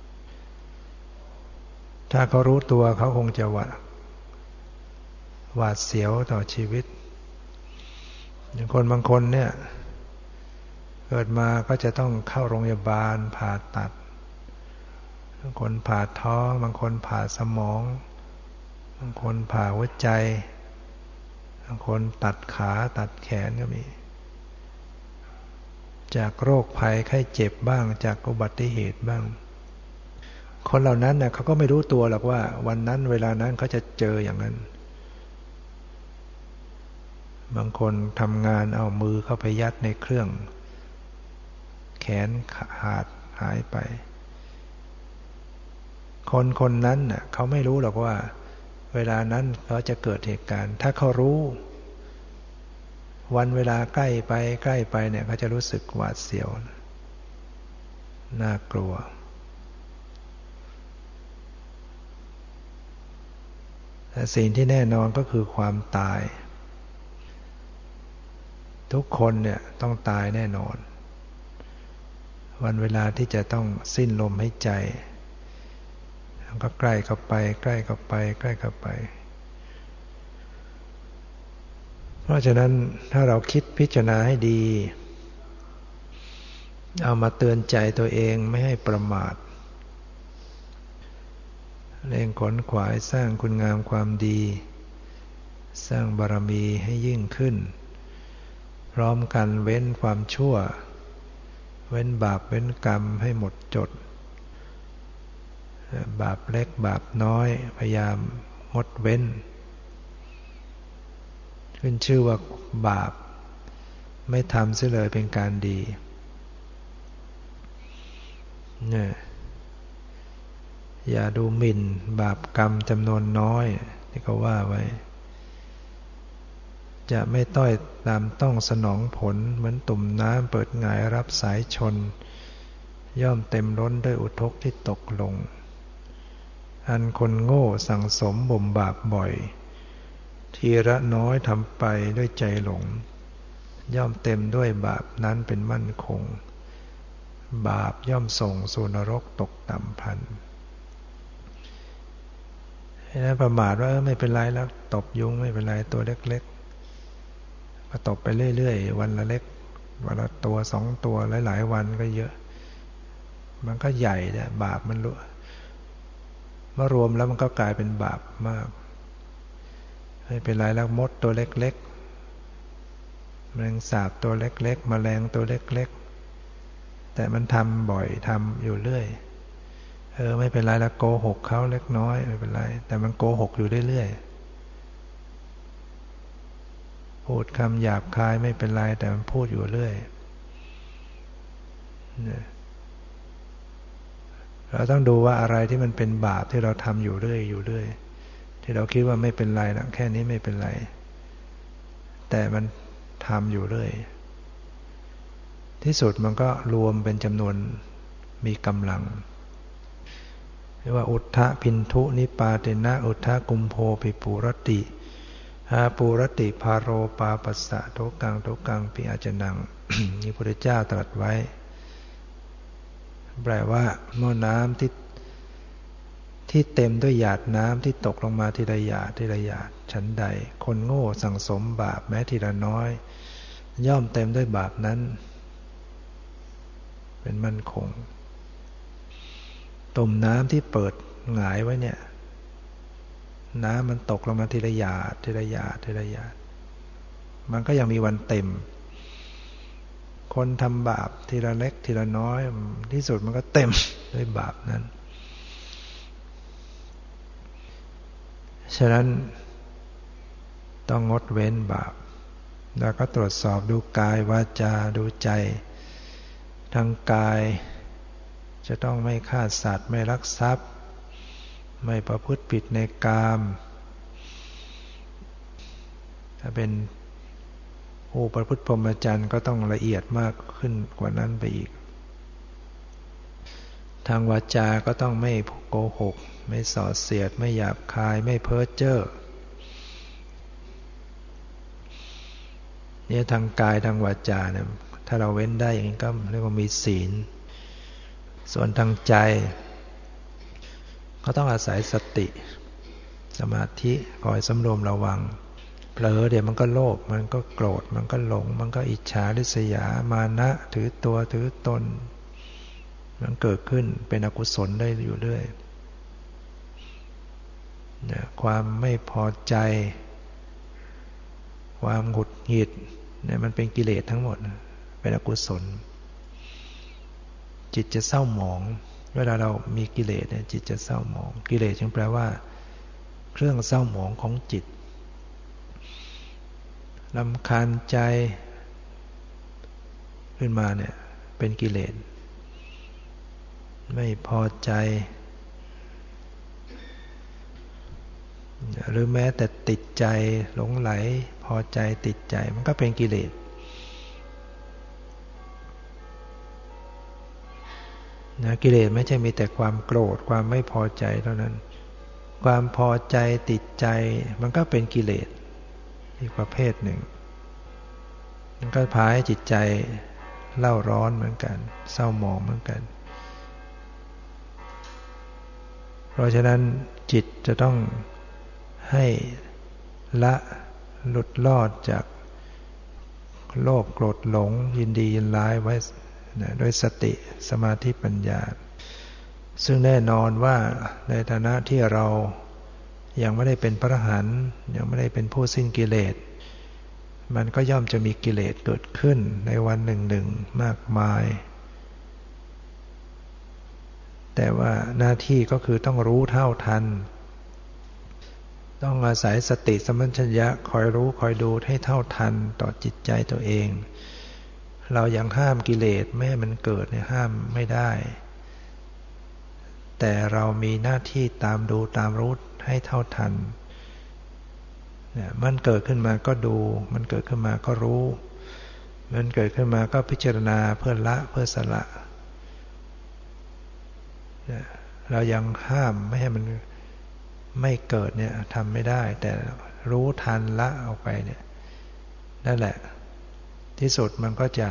ถ้าเขารู้ตัวเขาคงจะหวาดหวาดเสียวต่อชีวิตอย่างคนบางคนเนี่ยเกิดมาก็จะต้องเข้าโรงพยาบาลผ่าตัดางคนผ่าท้องบางคนผ่าสมองบางคนผ่าหัวใจบางคนตัดขาตัดแขนก็มีจากโรคภัยไข้เจ็บบ้างจากอุบัติเหตุบ้างคนเหล่านั้นเนี่ยเขาก็ไม่รู้ตัวหรอกว่าวันนั้นเวลานั้นเขาจะเจออย่างนั้นบางคนทำงานเอามือเข้าไปยัดในเครื่องแขนขาดหายไปคนคนนั้นน่ะเขาไม่รู้หรอกว่าเวลานั้นเขาจะเกิดเหตุการณ์ถ้าเขารู้วันเวลาใกล้ไปใกล้ไปเนี่ยเขาจะรู้สึกหวาดเสียวน่ากลัวแต่สิ่งที่แน่นอนก็คือความตายทุกคนเนี่ยต้องตายแน่นอนวันเวลาที่จะต้องสิ้นลมหายใจก็ใกล้เข้าไปใกล้เข้าไปใกล้เข้าไปเพราะฉะนั้นถ้าเราคิดพิจารณาให้ดีเอามาเตือนใจตัวเองไม่ให้ประมาทเร่งขวนขวายสร้างคุณงามความดีสร้างบารมีให้ยิ่งขึ้นพร้อมกันเว้นความชั่วเว้นบาปเว้นกรรมให้หมดจดบาปเล็กบาปน้อยพยายามงดเว้นขึ้นชื่อว่าบาปไม่ทำเสียเลยเป็นการดีเนี่ยอย่าดูหมิ่นบาปกรรมจำนวนน้อยที่เขาว่าไว้จะไม่ต้อยตามต้องสนองผลเหมือนตุ่มน้ำเปิดหงายรับสายชนย่อมเต็มล้นด้วยอุทกที่ตกลงอันคนโง่สั่งสมบ่มบาปบ่อยทีละน้อยทำไปด้วยใจหลงย่อมเต็มด้วยบาปนั้นเป็นมั่นคงบาปย่อมส่งสู่นรกตกต่ำพลันให้ประมาทว่าไม่เป็นไรแล้วตบยุงไม่เป็นไรตัวเล็กๆก็ตบไปเรื่อยๆวันละเล็กวันละตัวสองตัวหลายๆวันก็เยอะมันก็ใหญ่เนี่ยบาปมันรู้เมื่อรวมแล้วมันก็กลายเป็นบาปมากไม่เป็นไรแล้วมดตัวเล็กๆแมลงสาบตัวเล็กๆแมลงตัวเล็กๆแต่มันทำบ่อยทำอยู่เรื่อยเออไม่เป็นไรแล้วโกหกเขาเล็กน้อยไม่เป็นไรแต่มันโกหกอยู่เรื่อยๆพูดคำหยาบคายไม่เป็นไรแต่มันพูดอยู่เรื่อยเราต้องดูว่าอะไรที่มันเป็นบาปที่เราทำอยู่เรื่อยอยู่เรื่อยที่เราคิดว่าไม่เป็นไรนะแค่นี้ไม่เป็นไรแต่มันทำอยู่เรื่อยที่สุดมันก็รวมเป็นจำนวนมีกำลังเรียกว่าอุทธพินทุนิปาเตนะอุทธกุมโภปิปุรติอาปุรติภาโรปาปัสสะโทกังโทกังปิอาจนัง นี่พระพุทธเจ้าตรัสไว้แปลว่าเมื่อน้ำที่ที่เต็มด้วยหยาดน้ำที่ตกลงมาทีละหยาดทีละหยาดฉันใดคนโง่สั่งสมบาปแม้ทีละน้อยย่อมเต็มด้วยบาปนั้นเป็นมั่นคงตุ่มน้ำที่เปิดหงายไว้เนี่ยน้ำมันตกลงมาทีละหยาดทีละหยาดทีละหยาดมันก็ยังมีวันเต็มคนทำบาปทีละเล็กทีละน้อยที่สุดมันก็เต็มด้วยบาปนั้นฉะนั้นต้องงดเว้นบาปแล้วก็ตรวจสอบดูกายวาจาดูใจทางกายจะต้องไม่ฆ่าสัตว์ไม่ลักทรัพย์ไม่ประพฤติผิดในกามถ้าเป็นผู้ประพฤติพรหมจรรย์ก็ต้องละเอียดมากขึ้นกว่านั้นไปอีกทางวาจาก็ต้องไม่โกหกไม่ส่อเสียดไม่หยาบคายไม่เพ้อเจ้อเนี่ยทางกายทางวาจาเนี่ยถ้าเราเว้นได้อย่างนี้ก็เรียกว่ามีศีลส่วนทางใจก็ต้องอาศัยสติสมาธิคอยสำรวมระวังเผลอเดี๋ยวมันก็โลภมันก็โกรธมันก็หลงมันก็อิจฉาริษยามานะถือตัวถือตนมันเกิดขึ้นเป็นอกุศลได้อยู่เรื่อยนะความไม่พอใจความหงุดหงิดเนี่ยมันเป็นกิเลสทั้งหมดเป็นอกุศลจิตจะเศร้าหมองเวลาเรามีกิเลสเนี่ยจิตจะเศร้าหมองกิเลสจึงแปลว่าเครื่องเศร้าหมองของจิตรำคาญใจขึ้นมาเนี่ยเป็นกิเลสไม่พอใจหรือแม้แต่ติดใจหลงไหลพอใจติดใจมันก็เป็นกิเลสนะกิเลสไม่ใช่มีแต่ความโกรธความไม่พอใจเท่านั้นความพอใจติดใจมันก็เป็นกิเลสอีกประเภทหนึ่งมันก็พาให้จิตใจเล่าร้อนเหมือนกันเศร้าหมองเหมือนกันเพราะฉะนั้นจิตจะต้องให้ละหลุดรอดจากโลภโกรธหลงยินดียินร้ายไว้นะด้วยสติสมาธิปัญญาซึ่งแน่นอนว่าในฐานะที่เรายังไม่ได้เป็นพระอรหันต์ยังไม่ได้เป็นผู้สิ้นกิเลสมันก็ย่อมจะมีกิเลสเกิดขึ้นในวันหนึ่งหนึ่งมากมายแต่ว่าหน้าที่ก็คือต้องรู้เท่าทันต้องอาศัยสติสัมปชัญญะคอยรู้คอยดูให้เท่าทันต่อจิตใจตัวเองเรายังห้ามกิเลสไม่ให้มันเกิดเนี่ยห้ามไม่ได้แต่เรามีหน้าที่ตามดูตามรู้ให้เท่าทันเนี่ยมันเกิดขึ้นมาก็ดูมันเกิดขึ้นมาก็รู้มันเกิดขึ้นมาก็พิจารณาเพื่อละเพื่อสละเนี่ยเรายังห้ามไม่ให้มันไม่เกิดเนี่ยทำไม่ได้แต่รู้ทันละออกไปเนี่ยนั่นแหละที่สุดมันก็จะ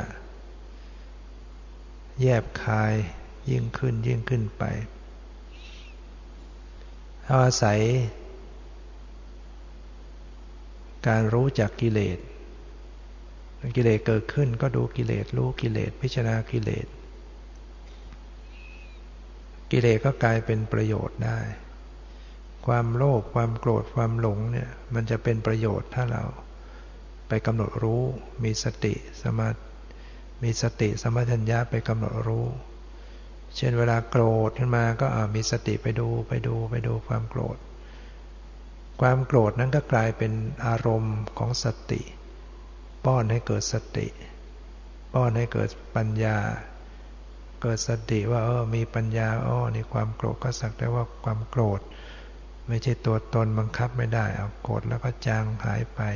แยบคายยิ่งขึ้นยิ่งขึ้นไปเอาอาศัยการรู้จักกิเลสกิเลสเกิดขึ้นก็ดูกิเลสรู้กิเลสพิจารณากิเลสกิเลสก็กลายเป็นประโยชน์ได้ความโลภความโกรธความหลงเนี่ยมันจะเป็นประโยชน์ถ้าเราไปกำหนดรู้มีสติสมามีสติสัมปชัญญะไปกำหนดรู้เช่นเวลาโกรธขึ้นมาก็มีสติไปดูไปดูไปดูความโกรธความโกรธนั้นก็กลายเป็นอารมณ์ของสติป้อนให้เกิดสติป้อนให้เกิดปัญญาเกิดสติว่าเออมีปัญญาอ้อนี่ความโกรธก็สักแต่ว่าความโกรธไม่ใช่ตัวตนบังคับไม่ได้เอาโกรธแล้วก็จางหายไป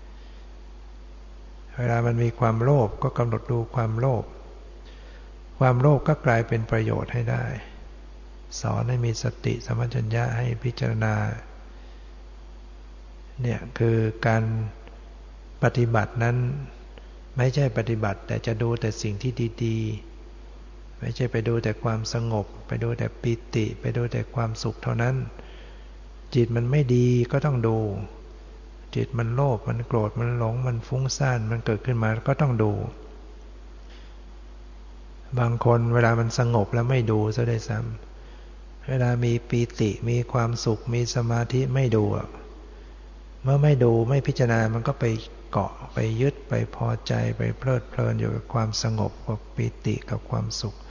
เวลามันมีความโลภก็กำหนดดูความโลภความโลภก็กลายเป็นประโยชน์ให้ได้สอนให้มีสติสัมปชัญญะให้พิจารณาเนี่ยคือการปฏิบัตินั้นไม่ใช่ปฏิบัติแต่จะดูแต่สิ่งที่ดีๆไม่ใช่ไปดูแต่ความสงบไปดูแต่ปิติไปดูแต่ความสุขเท่านั้นจิตมันไม่ดีก็ต้องดูจิตมันโลภมันโกรธมันหลงมันฟุ้งซ่านมันเกิดขึ้นมาก็ต้องดูบางคนเวลามันสงบแล้วไม่ดูซะด้วยซ้ำเวลามีปีติมีความสุขมีสมาธิไม่ดูเมื่อไม่ดูไม่พิจารณามันก็ไปเกาะไปยึดไปพอใจไปเพลิดเพลินอยู่กับความสงบกับปีติกับความสุข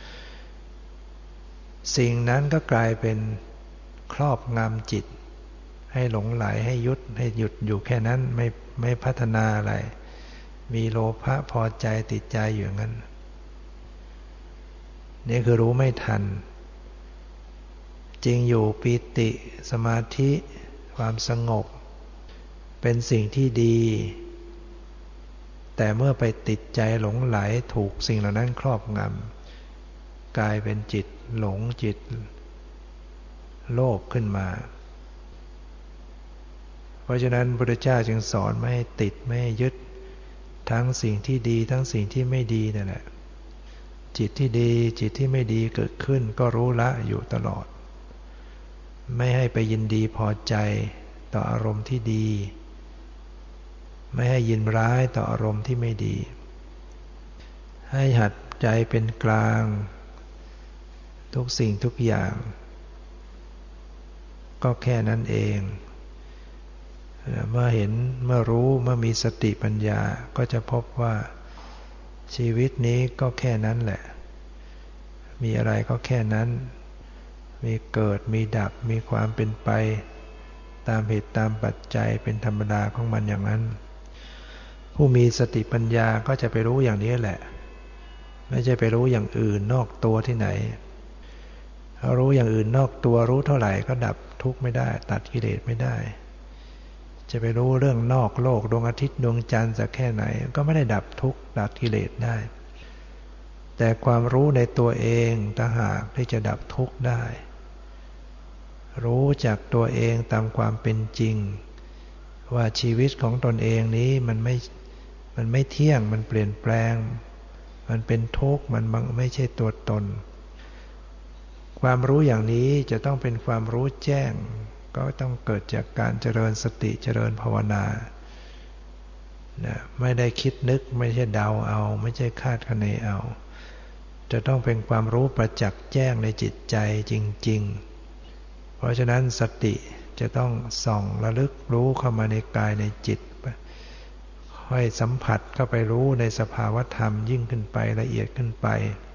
สิ่งนั้นก็กลายเป็นครอบงำจิตให้หลงไหลให้ยุดให้หยุดอยู่แค่นั้นไม่ไม่พัฒนาอะไรมีโลภะพอใจติดใจอยู่งั้นนี่คือรู้ไม่ทันจริงอยู่ปีติสมาธิความสงบเป็นสิ่งที่ดีแต่เมื่อไปติดใจหลงไหลถูกสิ่งเหล่านั้นครอบงำกลายเป็นจิตหลงจิตโลภขึ้นมาเพราะฉะนั้นพระพุทธเจ้าจึงสอนไม่ให้ติดไม่ให้ยึดทั้งสิ่งที่ดีทั้งสิ่งที่ไม่ดีนั่นแหละจิตที่ดีจิตที่ไม่ดีเกิดขึ้นก็รู้ละอยู่ตลอดไม่ให้ไปยินดีพอใจต่ออารมณ์ที่ดีไม่ให้ยินร้ายต่ออารมณ์ที่ไม่ดีให้หัดใจเป็นกลางทุกสิ่งทุกอย่างก็แค่นั้นเองเมื่อเห็นเมื่อรู้เมื่อมีสติปัญญาก็จะพบว่าชีวิตนี้ก็แค่นั้นแหละมีอะไรก็แค่นั้นมีเกิดมีดับมีความเป็นไปตามเหตุตามปัจจัยเป็นธรรมดาของมันอย่างนั้นผู้มีสติปัญญาก็จะไปรู้อย่างนี้แหละไม่ใช่ไปรู้อย่างอื่นนอกตัวที่ไหนถ้ารู้อย่างอื่นนอกตัวรู้เท่าไหร่ก็ดับทุกข์ไม่ได้ตัดกิเลสไม่ได้จะไปรู้เรื่องนอกโลกดวงอาทิตย์ดวงจันทร์สักแค่ไหนก็ไม่ได้ดับทุกข์ดับกิเลสได้แต่ความรู้ในตัวเองต่างหากที่จะดับทุกข์ได้รู้จักตัวเองตามความเป็นจริงว่าชีวิตของตนเองนี้มันไม่มันไม่เที่ยงมันเปลี่ยนแปลงมันเป็นทุกข์มันไม่ใช่ตัวตนความรู้อย่างนี้จะต้องเป็นความรู้แจ้งก็ต้องเกิดจากการเจริญสติเจริญภาวนานะไม่ได้คิดนึกไม่ใช่เดาเอาไม่ใช่คาดคะเนเอาจะต้องเป็นความรู้ประจักษ์แจ้งในจิตใจจริงๆเพราะฉะนั้นสติจะต้องส่องระลึกรู้เข้ามาในกายในจิตค่อยสัมผัสเข้าไปรู้ในสภาวธรรมยิ่งขึ้นไปละเอียดขึ้นไป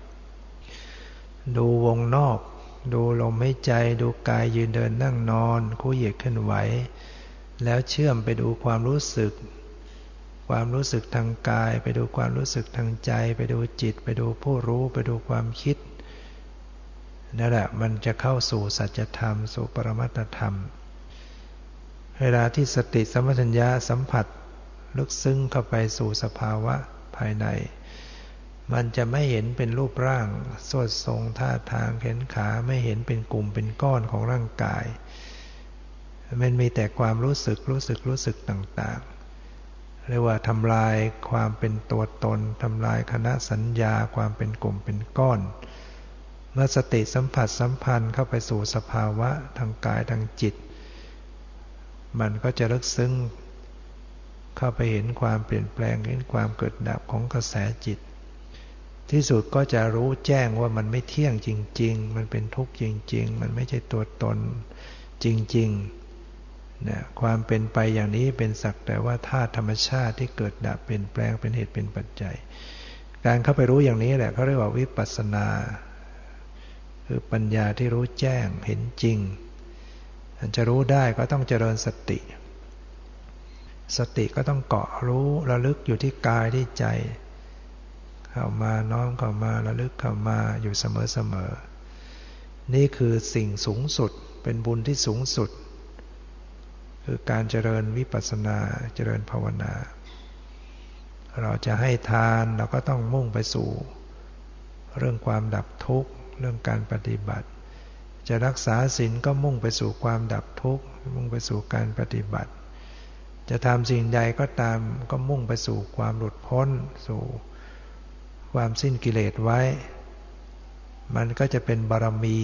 ดูวงนอกดูลมหายใจดูกายยืนเดินนั่งนอนคู่เหยียดเคลื่อนไหวแล้วเชื่อมไปดูความรู้สึกความรู้สึกทางกายไปดูความรู้สึกทางใจไปดูจิตไปดูผู้รู้ไปดูความคิดนั่นแหละมันจะเข้าสู่สัจธรรมสู่ปรมัตถธรรมเวลาที่สติสัมปชัญญะสัมผัสลึกซึ้งเข้าไปสู่สภาวะภายในมันจะไม่เห็นเป็นรูปร่างสวดทรงท่าทางแขนขาไม่เห็นเป็นกลุ่มเป็นก้อนของร่างกายมันมีแต่ความรู้สึกรู้สึกรู้สึกต่างๆเรียกว่าทำลายความเป็นตัวตนทำลายคณะสัญญาความเป็นกลุ่มเป็นก้อนเมื่อสติสัมผัสสัมพันธ์เข้าไปสู่สภาวะทางกายทางจิตมันก็จะลึกซึ้งเข้าไปเห็นความเปลี่ยนแปลงเห็นความเกิดดับของกระแสจิตที่สุดก็จะรู้แจ้งว่ามันไม่เที่ยงจริงๆมันเป็นทุกข์จริงๆมันไม่ใช่ตัวตนจริงๆนะความเป็นไปอย่างนี้เป็นสักแต่ว่าธาตุธรรมชาติที่เกิดดับเปลี่ยนแปลงเป็นเหตุเป็นปัจจัยการเข้าไปรู้อย่างนี้แหละเขาเรียกว่าวิปัสสนาคือปัญญาที่รู้แจ้งเห็นจริงจะรู้ได้ก็ต้องเจริญสติสติก็ต้องเกาะรู้ระลึกอยู่ที่กายที่ใจเข้ามาน้อมเข้ามาระลึกเข้ามาอยู่เสมอๆนี่คือสิ่งสูงสุดเป็นบุญที่สูงสุดคือการเจริญวิปัสสนาเจริญภาวนาเราจะให้ทานเราก็ต้องมุ่งไปสู่เรื่องความดับทุกข์เรื่องการปฏิบัติจะรักษาศีลก็มุ่งไปสู่ความดับทุกข์มุ่งไปสู่การปฏิบัติจะทำสิ่งใดก็ตามก็มุ่งไปสู่ความหลุดพ้นสู่ความสิ้นกิเลสไว้มันก็จะเป็นบารมี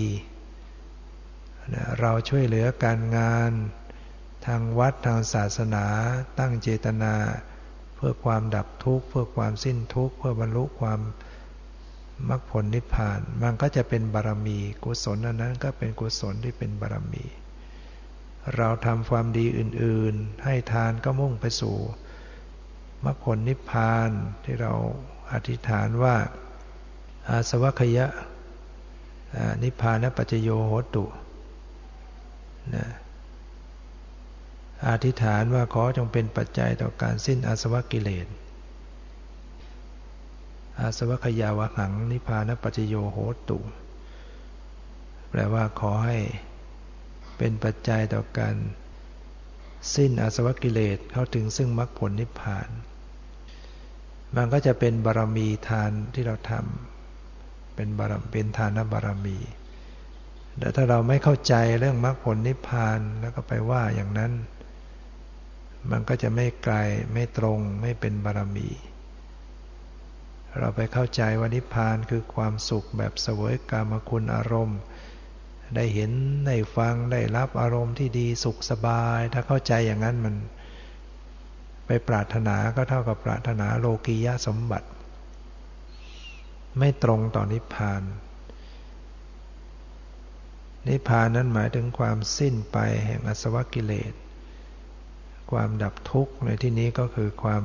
เราช่วยเหลือการงานทางวัดทางศาสนาตั้งเจตนาเพื่อความดับทุกข์เพื่อความสิ้นทุกข์เพื่อบรรลุความมรรคผลนิพพานมันก็จะเป็นบารมีกุศลอันนั้นก็เป็นกุศลที่เป็นบารมีเราทำความดีอื่นๆให้ทานก็มุ่งไปสู่มรรคผลนิพพานที่เราอธิษฐานว่าอาสวัคยะนิพพานปัจจโยโหตุนะอธิษฐานว่าขอจงเป็นปัจจัยต่อการสิ้นอาสวะกิเลสอาสวัคยาวหังนิพพานปัจจโยโหตุแปลว่าขอให้เป็นปัจจัยต่อการสิ้นอาสวะกิเลสเข้าถึงซึ่งมรรคผลนิพพานมันก็จะเป็นบารมีทานที่เราทำเป็นบารมีเป็นทานบารมีแต่ถ้าเราไม่เข้าใจเรื่องมรรคผลนิพพานแล้วก็ไปว่าอย่างนั้นมันก็จะไม่ไกลไม่ตรงไม่เป็นบารมีเราไปเข้าใจว่านิพพานคือความสุขแบบเสวยกามคุณอารมณ์ได้เห็นได้ฟังได้รับอารมณ์ที่ดีสุขสบายถ้าเข้าใจอย่างนั้นมันไปปรารถนาก็เท่ากับปรารถนาโลกียสมบัติไม่ตรงต่อนิพพานนิพพานนั้นหมายถึงความสิ้นไปแห่งอาสวะกิเลสความดับทุกข์ในที่นี้ก็คือความ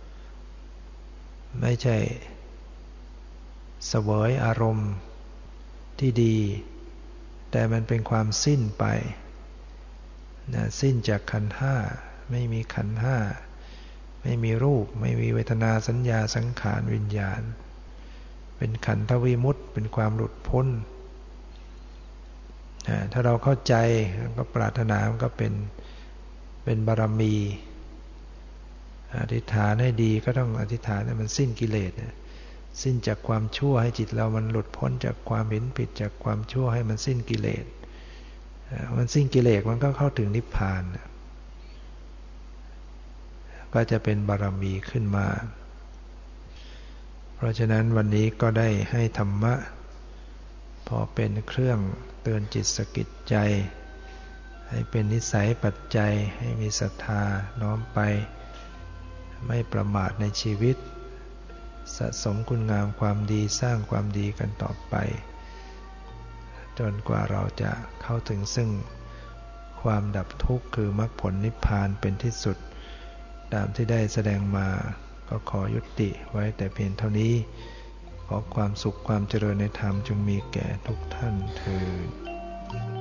ไม่ใช่เสวยอารมณ์ที่ดีแต่มันเป็นความสิ้นไปนะสิ้นจากขันธ์ห้าไม่มีขันธ์ห้าไม่มีรูปไม่มีเวทนาสัญญาสังขารวิญญาณเป็นขันธวิมุตติเป็นความหลุดพ้นถ้าเราเข้าใจก็ปรารถนามันก็เป็นเป็นบารมีอธิษฐานให้ดีก็ต้องอธิษฐานให้มันสิ้นกิเลสสิ้นจากความชั่วให้จิตเรามันหลุดพ้นจากความเห็นผิดจากความชั่วให้มันสิ้นกิเลสมันสิ้นกิเลสมันก็เข้าถึงนิพพานก็จะเป็นบารมีขึ้นมาเพราะฉะนั้นวันนี้ก็ได้ให้ธรรมะพอเป็นเครื่องเตือนจิตสะกิดใจให้เป็นนิสัยปัจจัยให้มีศรัทธาน้อมไปไม่ประมาทในชีวิตสะสมคุณงามความดีสร้างความดีกันต่อไปจนกว่าเราจะเข้าถึงซึ่งความดับทุกข์คือมรรคผลนิพพานเป็นที่สุดตามที่ได้แสดงมาก็ขอยุติไว้แต่เพียงเท่านี้ขอความสุขความเจริญในธรรมจงมีแก่ทุกท่านเทอญ